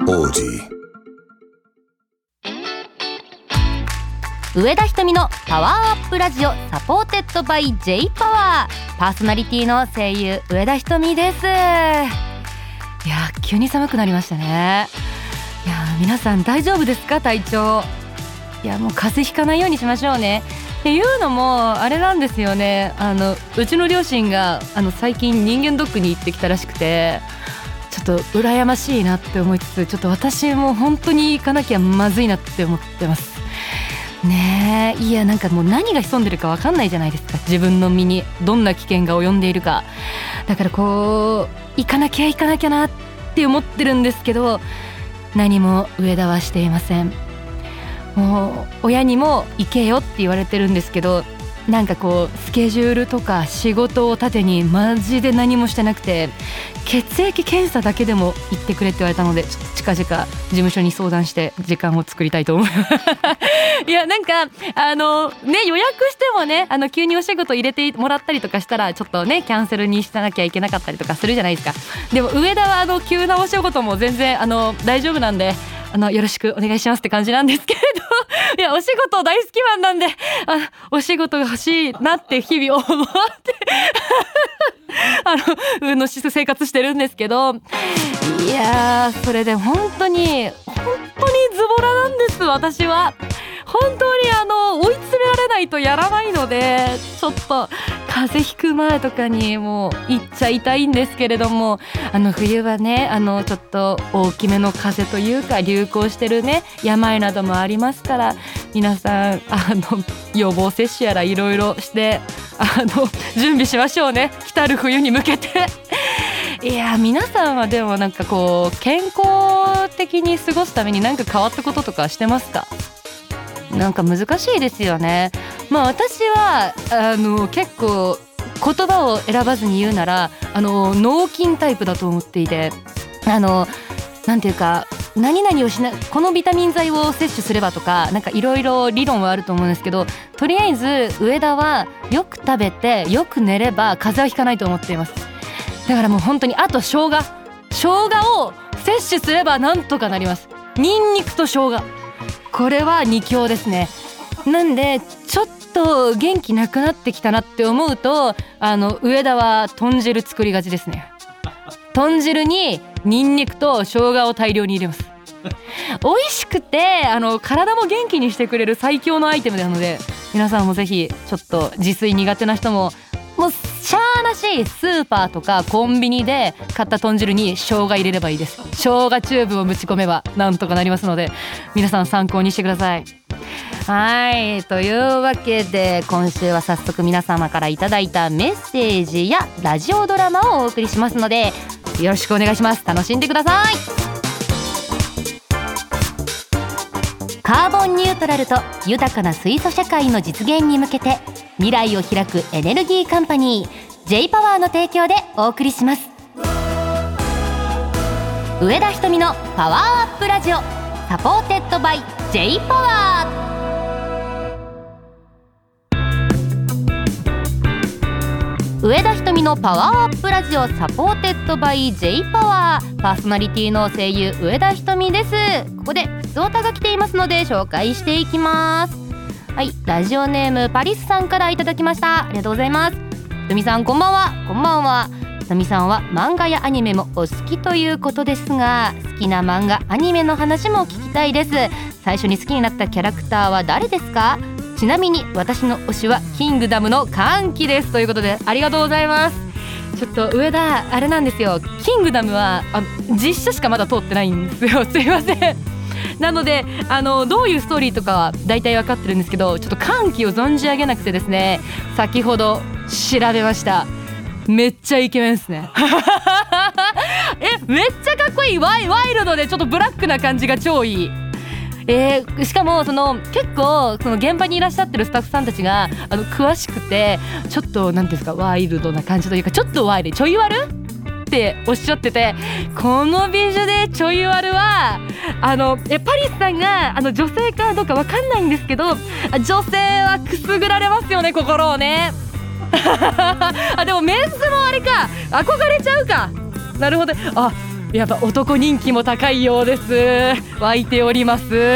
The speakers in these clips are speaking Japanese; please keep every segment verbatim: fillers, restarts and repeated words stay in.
オージー。 上田ひとみのパワーアップラジオサポーテッドバイ J パワー、パーソナリティの声優上田ひとみです。いや急に寒くなりましたね。いや皆さん大丈夫ですか？体調。いやもう風邪ひかないようにしましょうね。っていうのもあれなんですよね、あのうちの両親があの最近人間ドックに行ってきたらしくて、ちょっと羨ましいなって思いつつ、ちょっと私も本当に行かなきゃまずいなって思ってますね。えいやなんかもう何が潜んでるか分かんないじゃないですか、自分の身にどんな危険が及んでいるか。だからこう行かなきゃ行かなきゃなって思ってるんですけど、何も上田はしていません。もう親にも行けよって言われてるんですけど、なんかこうスケジュールとか仕事を盾にマジで何もしてなくて、血液検査だけでも行ってくれって言われたので、ちょっと近々事務所に相談して時間を作りたいと思いますいやなんかあのね予約してもね、あの急にお仕事入れてもらったりとかしたらちょっとねキャンセルにしなきゃいけなかったりとかするじゃないですか。でも上田はあの急なお仕事も全然あの大丈夫なんで、あのよろしくお願いしますって感じなんですけれどいやお仕事大好きマンなんで、あお仕事が欲しいなって日々思ってあのの生活してるんですけど、いやーそれで本当に本当にズボラなんです私は。本当にあの追い詰められないとやらないので、ちょっと風邪ひく前とかにもう行っちゃいたいんですけれども、あの冬はねあのちょっと大きめの風邪というか流行してるね病などもありますから、皆さんあの予防接種やらいろいろしてあの準備しましょうね、来たる冬に向けていや皆さんはでもなんかこう健康的に過ごすために何か変わったこととかしてますか？なんか難しいですよね。まあ私はあの結構言葉を選ばずに言うならあの脳筋タイプだと思っていて、あのなんていうか何々をしなこのビタミン剤を摂取すればとかなんかいろいろ理論はあると思うんですけど、とりあえず上田はよく食べてよく寝れば風邪をひかないと思っています。だからもう本当にあと生姜生姜を摂取すればなんとかなります。ニンニクと生姜、これは二強ですね。なんでちょっと元気なくなってきたなって思うと、あの上田は豚汁作りがちですね。豚汁にニンニクと生姜を大量に入れます。美味しくてあの体も元気にしてくれる最強のアイテムなので、皆さんもぜひちょっと自炊苦手な人ももうしゃーなしスーパーとかコンビニで買った豚汁に生姜入れればいいです。生姜チューブをぶち込めばなんとかなりますので、皆さん参考にしてください。はいというわけで今週は早速皆様からいただいたメッセージやラジオドラマをお送りしますのでよろしくお願いします。楽しんでください。カーボンニュートラルと豊かな水素社会の実現に向けて未来を開くエネルギーカンパニー J パワーの提供でお送りします。上田ひとみのパワーアップラジオサポーテッドバイ J パワー。上田ひとみのパワーアップラジオサポーテッドバイ J パワー、パーソナリティの声優上田ひとみです。ここでふつおたが来ていますので紹介していきます。はい、ラジオネームパリスさんからいただきました。ありがとうございます。ひとみさんこんばんは。こんばんは。ひとみさんは漫画やアニメもお好きということですが、好きな漫画アニメの話も聞きたいです。最初に好きになったキャラクターは誰ですか？ちなみに私の推しはキングダムの歓喜ですということで、ありがとうございます。ちょっと上田あれなんですよ、キングダムはあ実写しかまだ通ってないんですよ。すいません。なのであのどういうストーリーとかは大体分かってるんですけど、ちょっと歓喜を存じ上げなくてですね、先ほど調べました。めっちゃイケメンですねえめっちゃかっこいい。ワイ、ワイルドでちょっとブラックな感じが超いい。えー、しかもその結構その現場にいらっしゃってるスタッフさんたちがあの詳しくて、ちょっとなんていうんですか、ワイルドな感じというか、ちょっとワイルドちょい悪っておっしゃってて、この美女でちょい悪はあのえパリスさんがあの女性かどうか分かんないんですけど、女性はくすぐられますよね、心をねあでもメンズもあれか、憧れちゃうか。なるほど。あやっぱ男人気も高いようです。湧いております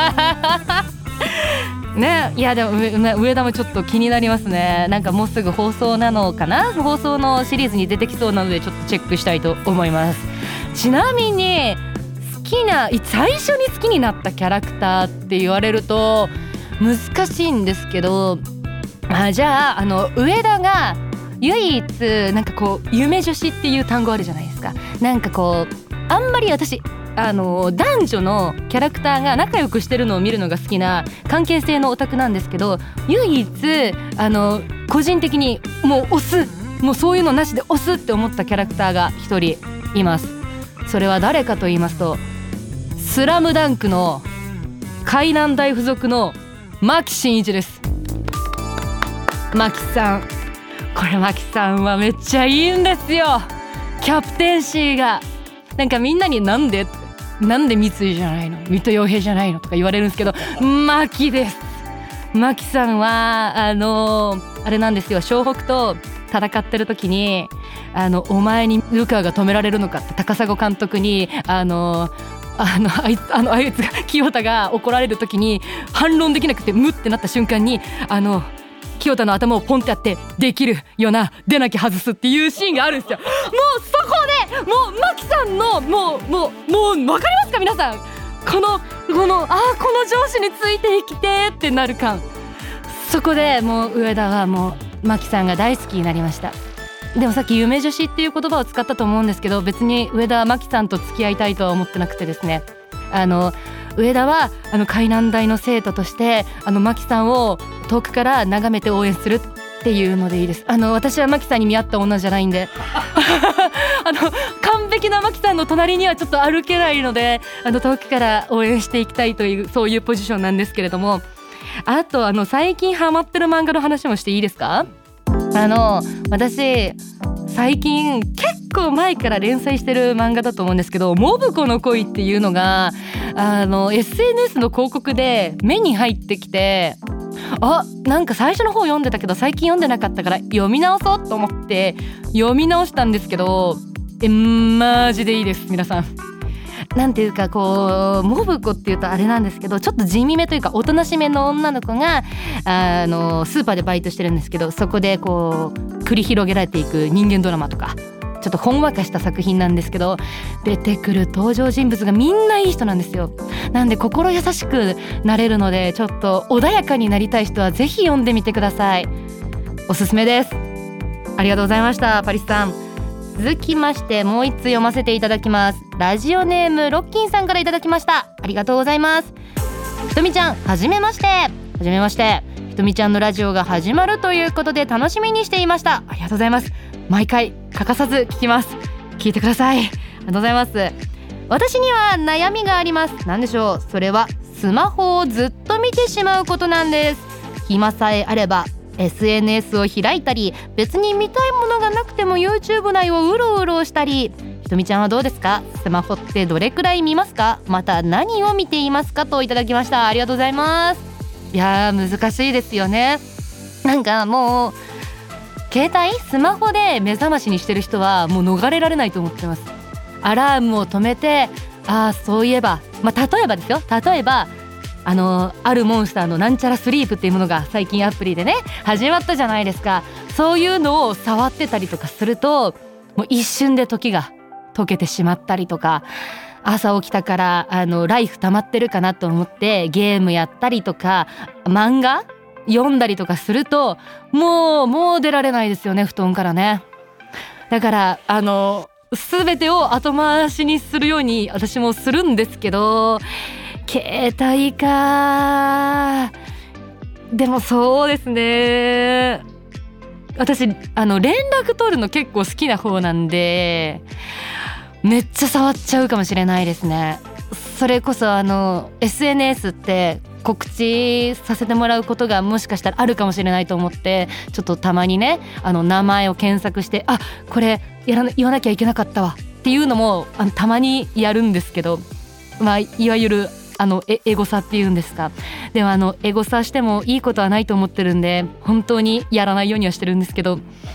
ね。いやでも上田もちょっと気になりますね。なんかもうすぐ放送なのかな、放送のシリーズに出てきそうなのでちょっとチェックしたいと思います。ちなみに好きな最初に好きになったキャラクターって言われると難しいんですけど、あじゃああの上田が唯一なんかこう夢女子っていう単語あるじゃないですか。なんかこうあんまり私あの男女のキャラクターが仲良くしてるのを見るのが好きな関係性のオタクなんですけど、唯一あの個人的にもう推す、もうそういうのなしで推すって思ったキャラクターが一人います。それは誰かと言いますと、スラムダンクの海南大附属の牧真一です。牧さん、これ牧さんはめっちゃいいんですよ。キャプテンシーがなんかみんなになんでなんで三井じゃないの、水戸洋平じゃないのとか言われるんですけど、牧です。牧さんはあのー、あれなんですよ、湘北と戦ってる時にあのお前にルカが止められるのかって高砂監督にあのあのあいつあのあいつが清田が怒られる時に反論できなくてムってなった瞬間にあの清田の頭をポンってやってできるよな、出なきゃ外すっていうシーンがあるんですよ。もうそこでもう牧さんのもうもうもう分かりますか皆さん、このこのあーこの上司について生きてってなる感、そこでもう上田はもう牧さんが大好きになりました。でもさっき夢女子っていう言葉を使ったと思うんですけど、別に上田は牧さんと付き合いたいとは思ってなくてですね、あの上田はあの海南大の生徒としてあの牧さんを遠くから眺めて応援するっていうのでいいです。あの私は牧さんに見合った女じゃないんであの完璧な牧さんの隣にはちょっと歩けないので、あの遠くから応援していきたいというそういうポジションなんですけれども、あとあの最近ハマってる漫画の話もしていいですか。あの私最近結構前から連載してる漫画だと思うんですけど、モブコの恋っていうのがあの エスエヌエス の広告で目に入ってきて、あなんか最初の方読んでたけど最近読んでなかったから読み直そうと思って読み直したんですけど、えマジでいいです皆さん。なんていうかこうモブコっていうとあれなんですけど、ちょっと地味めというかおとなしめの女の子があのスーパーでバイトしてるんですけど、そこでこう繰り広げられていく人間ドラマとかちょっとほんわかした作品なんですけど、出てくる登場人物がみんないい人なんですよ。なんで心優しくなれるので、ちょっと穏やかになりたい人はぜひ読んでみてください。おすすめです。ありがとうございましたパリスさん。続きましてもう一つ読ませていただきます。ラジオネームロッキンさんからいただきました。ありがとうございます。ひとみちゃんはじめまして。はじめまして。ひとみちゃんのラジオが始まるということで楽しみにしていました。ありがとうございます。毎回欠かさず聞きます。聞いてください。ありがとうございます。私には悩みがあります。何でしょう。それはスマホをずっと見てしまうことなんです。暇さえあればエスエヌエス を開いたり、別に見たいものがなくても YouTube 内をうろうろしたり。ひとみちゃんはどうですか。スマホってどれくらい見ますか。また何を見ていますかといただきました。ありがとうございます。いやー難しいですよね。なんかもう携帯スマホで目覚ましにしてる人はもう逃れられないと思ってます。アラームを止めて、ああそういえば、まあ、例えばですよ、例えばあのあるモンスターのなんちゃらスリープっていうものが最近アプリでね始まったじゃないですか。そういうのを触ってたりとかするともう一瞬で時が溶けてしまったりとか、朝起きたからあのライフ溜まってるかなと思ってゲームやったりとか漫画読んだりとかするともうもう出られないですよね、布団からね。だからあの全てを後回しにするように私もするんですけど、携帯かでもそうですね、私あの連絡取るの結構好きな方なんでめっちゃ触っちゃうかもしれないですね。それこそあの エスエヌエス って告知させてもらうことがもしかしたらあるかもしれないと思って、ちょっとたまにねあの名前を検索して、あこれやらな言わなきゃいけなかったわっていうのもあのたまにやるんですけど、まあいわゆるあのエエゴサっていうんですか。でもあのエゴサしてもいいことはないと思ってるんで本当にやらないようにはしてるんですけど、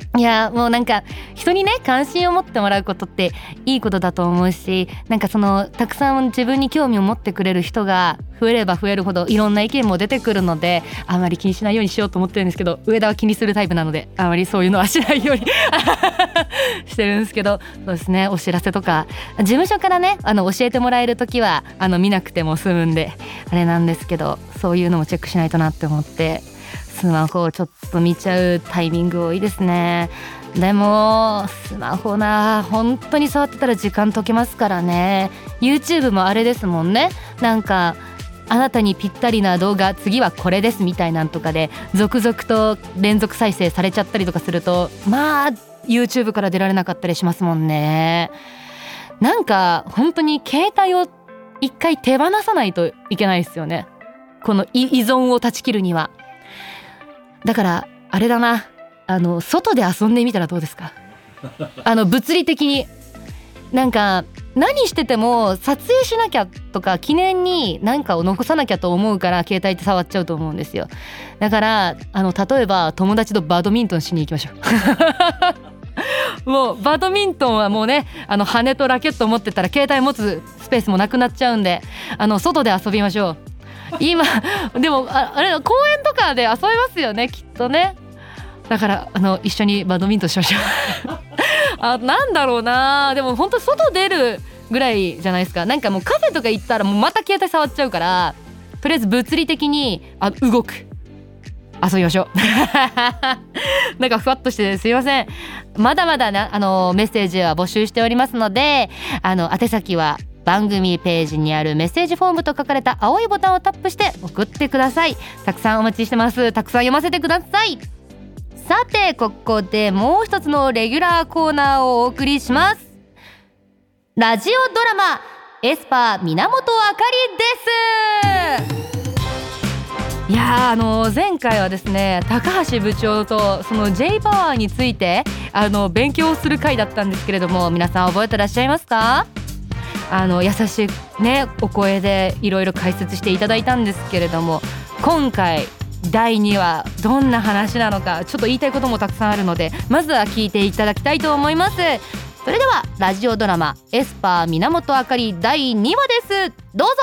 いやもうなんか人にね関心を持ってもらうことっていいことだと思うし、なんかそのたくさん自分に興味を持ってくれる人が増えれば増えるほどいろんな意見も出てくるので、あまり気にしないようにしようと思ってるんですけど、上田は気にするタイプなのであまりそういうのはしないようにしてるんですけど、そうですね、お知らせとか事務所からねあの教えてもらえるときはあの見なくても済むんであれなんですけど、そういうのもチェックしないとなって思ってスマホをちょっと見ちゃうタイミング多いですね。でもスマホな本当に触ってたら時間解けますからね。 YouTube もあれですもんね、なんかあなたにぴったりな動画次はこれですみたいなんとかで続々と連続再生されちゃったりとかすると、まあ YouTube から出られなかったりしますもんね。なんか本当に携帯を一回手放さないといけないですよね、この依存を断ち切るには。だからあれだな、あの外で遊んでみたらどうですか。あの物理的になんか何してても撮影しなきゃとか記念に何かを残さなきゃと思うから携帯って触っちゃうと思うんですよ。だからあの例えば友達とバドミントンしに行きましょうもうバドミントンはもうね、あの羽とラケット持ってたら携帯持つスペースもなくなっちゃうんで、あの外で遊びましょう。今でも あ, あれ公園とかで遊びますよねきっとね。だからあの一緒にバドミントンしましょうあ、なんだろうな、でも本当外出るぐらいじゃないですか。なんかもうカフェとか行ったらもうまた携帯触っちゃうから、とりあえず物理的にあ動く遊びましょうなんかふわっとしてすいません。まだまだなあのメッセージは募集しておりますので、あの宛先は番組ページにあるメッセージフォームと書かれた青いボタンをタップして送ってください。たくさんお待ちしてます。たくさん読ませてください。さてここでもう一つのレギュラーコーナーをお送りします。ラジオドラマエスパー源あかりです。いやあの前回はですね、高橋部長とその J パワーについてあの勉強する回だったんですけれども、皆さん覚えてらっしゃいますか。あの優しいねお声でいろいろ解説していただいたんですけれども、今回だいにわどんな話なのかちょっと言いたいこともたくさんあるので、まずは聞いていただきたいと思います。それではラジオドラマエスパー源あかりだいにわです。どうぞ。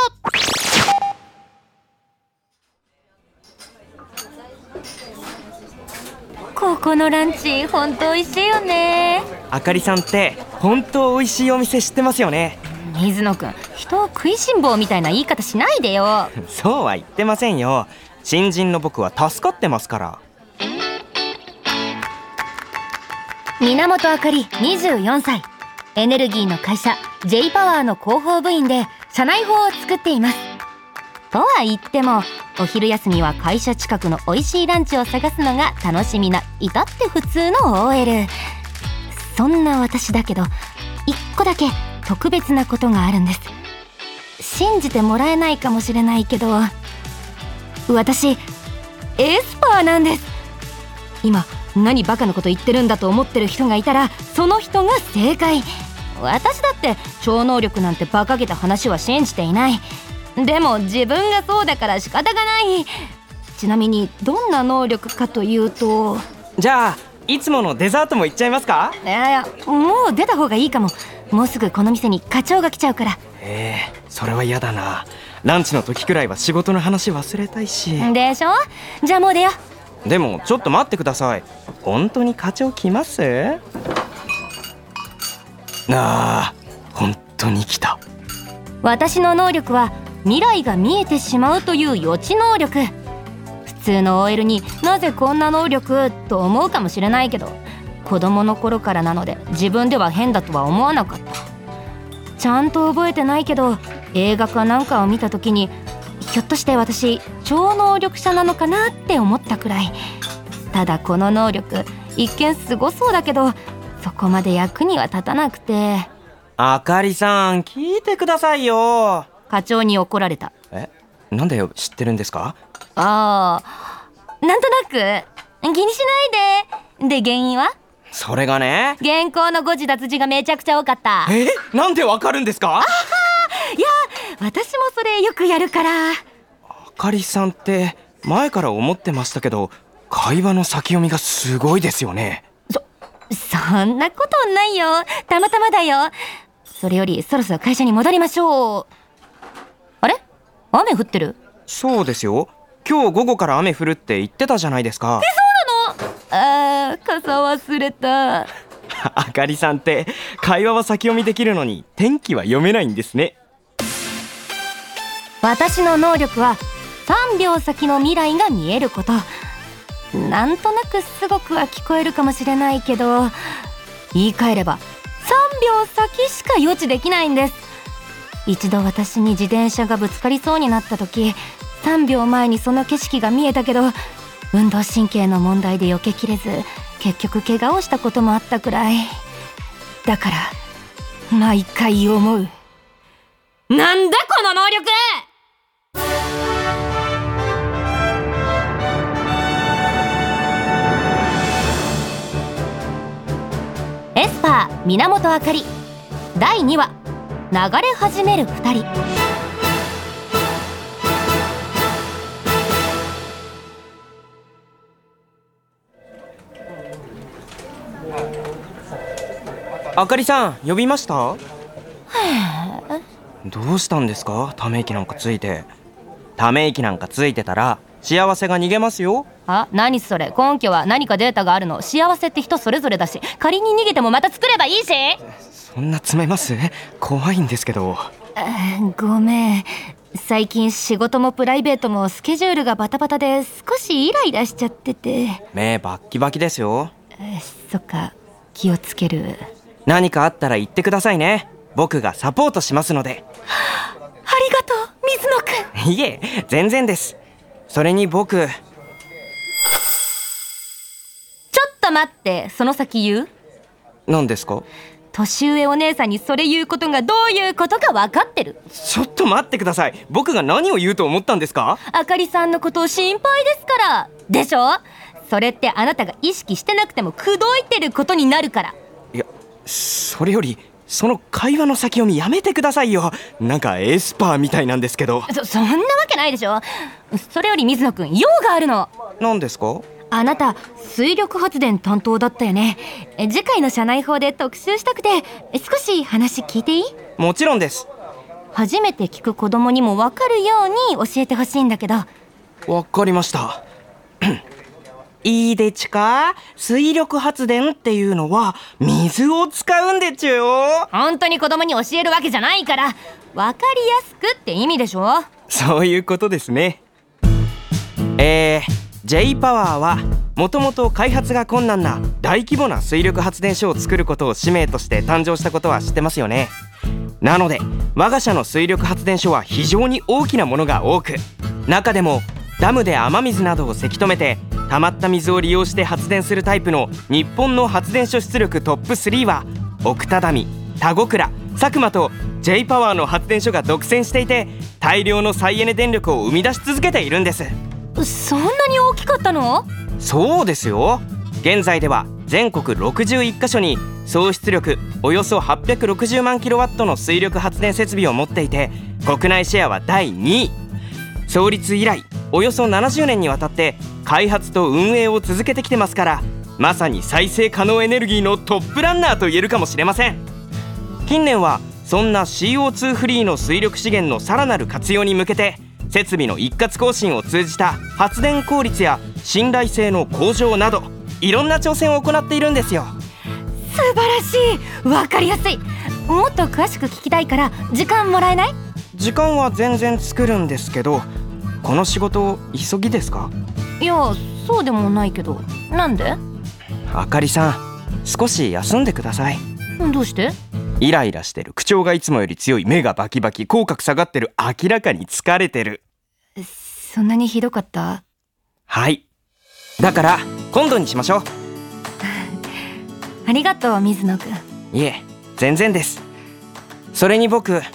ここのランチ本当美味しいよね。 あかりさんって本当美味しいお店知ってますよね。 水野くん、人を食いしん坊みたいな言い方しないでよそうは言ってませんよ。新人の僕は助かってますから。 源あかりにじゅうよんさい、エネルギーの会社 J パワーの広報部員で社内法を作っています。とは言ってもお昼休みは会社近くの美味しいランチを探すのが楽しみな至って普通の オーエル。 そんな私だけど一個だけ特別なことがあるんです。信じてもらえないかもしれないけど、私エスパーなんです。今何バカなこと言ってるんだと思ってる人がいたらその人が正解。私だって超能力なんて馬鹿げた話は信じていない。でも自分がそうだから仕方がない。ちなみにどんな能力かというと、 じゃあいつものデザートもいっちゃいますか。 いやいやもう出た方がいいかも。もうすぐこの店に課長が来ちゃうから。 えー、それは嫌だな。ランチの時くらいは仕事の話忘れたいし。 でしょ。じゃあもう出よう。でもちょっと待ってください。本当に課長来ます？あー、本当に来た。 私の能力は未来が見えてしまうという予知能力。普通の オーエル になぜこんな能力と思うかもしれないけど、子供の頃からなので自分では変だとは思わなかった。ちゃんと覚えてないけど映画かなんかを見た時にひょっとして私超能力者なのかなって思ったくらい。ただこの能力一見すごそうだけどそこまで役には立たなくて。 あかりさん聞いてくださいよ。 課長に怒られた。 え、なんで知ってるんですか？ ああ、なんとなく気にしないで。で原因は？それがね、 原稿の誤字脱字がめちゃくちゃ多かった。 え、なんでわかるんですか？あいや私もそれよくやるから。 あかりさんって前から思ってましたけど会話の先読みがすごいですよね。 そそんなことないよ。たまたまだよ。それよりそろそろ会社に戻りましょう。あれ？雨降ってる？ そうですよ。今日午後から雨降るって言ってたじゃないですか。 あー、傘忘れた。 あかりさんって会話は先読みできるのに天気は読めないんですね。 私の能力はさんびょう先の未来が見えること。なんとなくすごくは聞こえるかもしれないけど、言い換えればさんびょう先しか予知できないんです。一度私に自転車がぶつかりそうになった時、さんびょうまえにその景色が見えたけど、運動神経の問題で避けきれず、結局怪我をしたこともあったくらいだから、毎回思う。なんだこの能力！エスパー源あかりだいにわ、流れ始めるふたり。 あかりさん、呼びました？どうしたんですか？ため息なんかついて。ため息なんかついてたら幸せが逃げますよ。 あ、何それ？根拠は何かデータがあるの？幸せって人それぞれだし、仮に逃げてもまた作ればいいし。 そんな詰めます？怖いんですけど。 ごめん、最近仕事もプライベートもスケジュールがバタバタで少しイライラしちゃってて。 目バッキバキですよ。 そっか、気をつける。 何かあったら言ってくださいね。僕がサポートしますので。 ありがとう水野くん。 いえ、全然です。それに僕。ちょっと待って、その先言う？ 何ですか？ 年上お姉さんにそれ言うことがどういうことか分かってる？ ちょっと待ってください。僕が何を言うと思ったんですか？ あかりさんのことを心配ですからでしょ。それってあなたが意識してなくても口説いてることになるから。 いや、それよりその会話の先読みやめてくださいよ。なんかエスパーみたいなんですけど。 そ, そんなわけないでしょ。それより水野くん、用があるの。 何ですか？ あなた水力発電担当だったよね。次回の社内報で特集したくて、少し話聞いていい？ もちろんです。 初めて聞く子供にも分かるように教えてほしいんだけど。 わかりましたいいでちか？水力発電っていうのは水を使うんでちゅよ。 本当に子供に教えるわけじゃないから、分かりやすくって意味でしょ。 そういうことですね。えー J パワーはもともと開発が困難な大規模な水力発電所を作ることを使命として誕生したことは知ってますよね。なので我が社の水力発電所は非常に大きなものが多く、中でもダムで雨水などをせき止めて溜まった水を利用して発電するタイプの日本の発電所出力トップスリーは奥只見、田子倉、佐久間と J パワーの発電所が独占していて、大量の再エネ電力を生み出し続けているんです。 そんなに大きかったの？ そうですよ。現在では全国ろくじゅういっかしょに総出力およそはっぴゃくろくじゅうまんキロワットの水力発電設備を持っていて、国内シェアはだいにい。創立以来およそななじゅうねんにわたって開発と運営を続けてきてますから、まさに再生可能エネルギーのトップランナーと言えるかもしれません。近年はそんな シーオーツー フリーの水力資源のさらなる活用に向けて、設備の一括更新を通じた発電効率や信頼性の向上など、いろんな挑戦を行っているんですよ。 素晴らしい、わかりやすい。もっと詳しく聞きたいから時間もらえない？ 時間は全然作るんですけど、この仕事急ぎですか？ いや、そうでもないけど。なんで？ あかりさん、少し休んでください。 どうして？ イライラしてる、口調がいつもより強い、目がバキバキ、口角下がってる、明らかに疲れてる。 そんなにひどかった？ はい、だから今度にしましょう。 ありがとう水野くん。 いえ、全然です。それに僕。ちょっ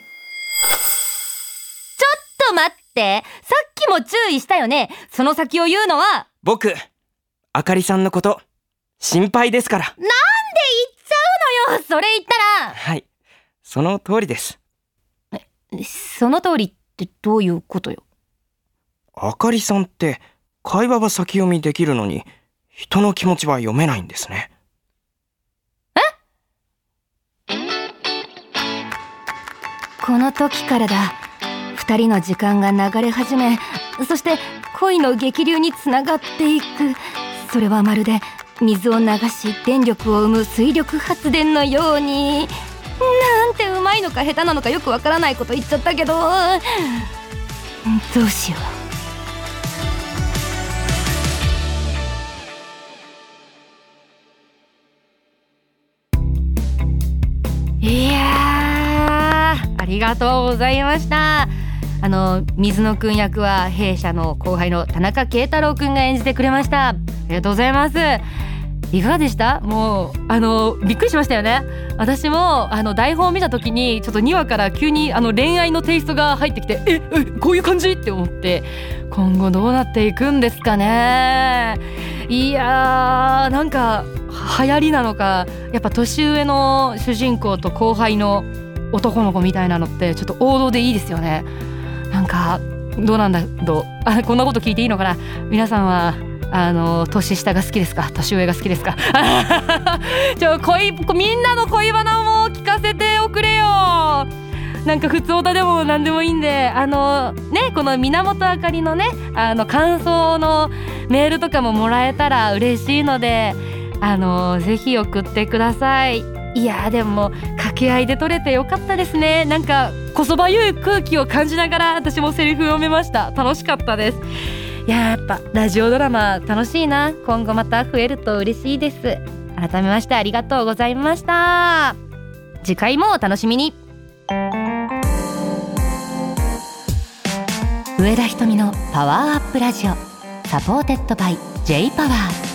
と待って、さっきも注意したよね。その先を言うのは。 僕、あかりさんのこと心配ですから。 なんで言っちゃうのよ、それ言ったら。 はい、その通りです。 え、その通りってどういうことよ？ あかりさんって会話は先読みできるのに人の気持ちは読めないんですね。 この時からだ。二人の時間が流れ始め、そして恋の激流につながっていく。それはまるで水を流し電力を生む水力発電のように。なんてうまいのか下手なのかよくわからないこと言っちゃったけど、どうしよう。いやー、ありがとうございました。あの水野くん役は弊社の後輩の田中圭太郎くんが演じてくれました。ありがとうございます。いかがでした？もうあのびっくりしましたよね。私もあの台本を見た時にちょっとにわから急にあの恋愛のテイストが入ってきて、ええこういう感じって思って、今後どうなっていくんですかね。いやー、なんか流行りなのか、やっぱ年上の主人公と後輩の男の子みたいなのってちょっと王道でいいですよね。なんかどうなんだろう、あこんなこと聞いていいのかな。皆さんはあの年下が好きですか、年上が好きですかちょ恋みんなの恋バナも聞かせておくれよ。なんか普通歌でも何でもいいんで、あのねこの源あかりのねあの感想のメールとかももらえたら嬉しいので、あのぜひ送ってください。いやでも掛け合いで撮れてよかったですね。なんかこそばゆい空気を感じながら私もセリフ読めました。楽しかったです。いややっぱラジオドラマ楽しいな。今後また増えると嬉しいです。改めましてありがとうございました。次回もお楽しみに。上田ひとみのパワーアップラジオ、サポーテッドバイ J パワー。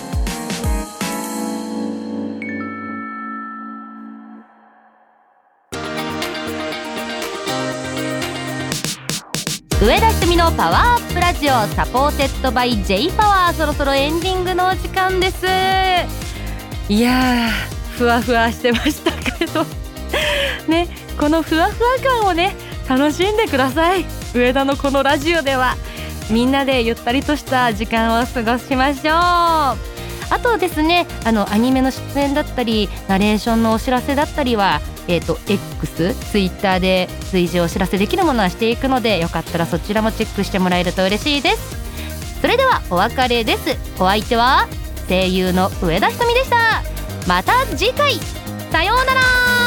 上田ひとみのパワーアップラジオ、サポーテッドバイ J パワー。そろそろエンディングのお時間です。いやーふわふわしてましたけどね、このふわふわ感をね楽しんでください。上田のこのラジオではみんなでゆったりとした時間を過ごしましょう。あとですね、あのアニメの出演だったりナレーションのお知らせだったりはえーと X、ツイッターで随時お知らせできるものはしていくので、よかったらそちらもチェックしてもらえると嬉しいです。それではお別れです。お相手は声優の上田ひとみでした。また次回、さようなら。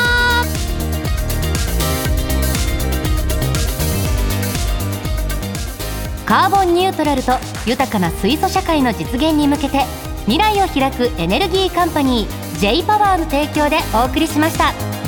カーボンニュートラルと豊かな水素社会の実現に向けて未来を開くエネルギーカンパニー J パワーの提供でお送りしました。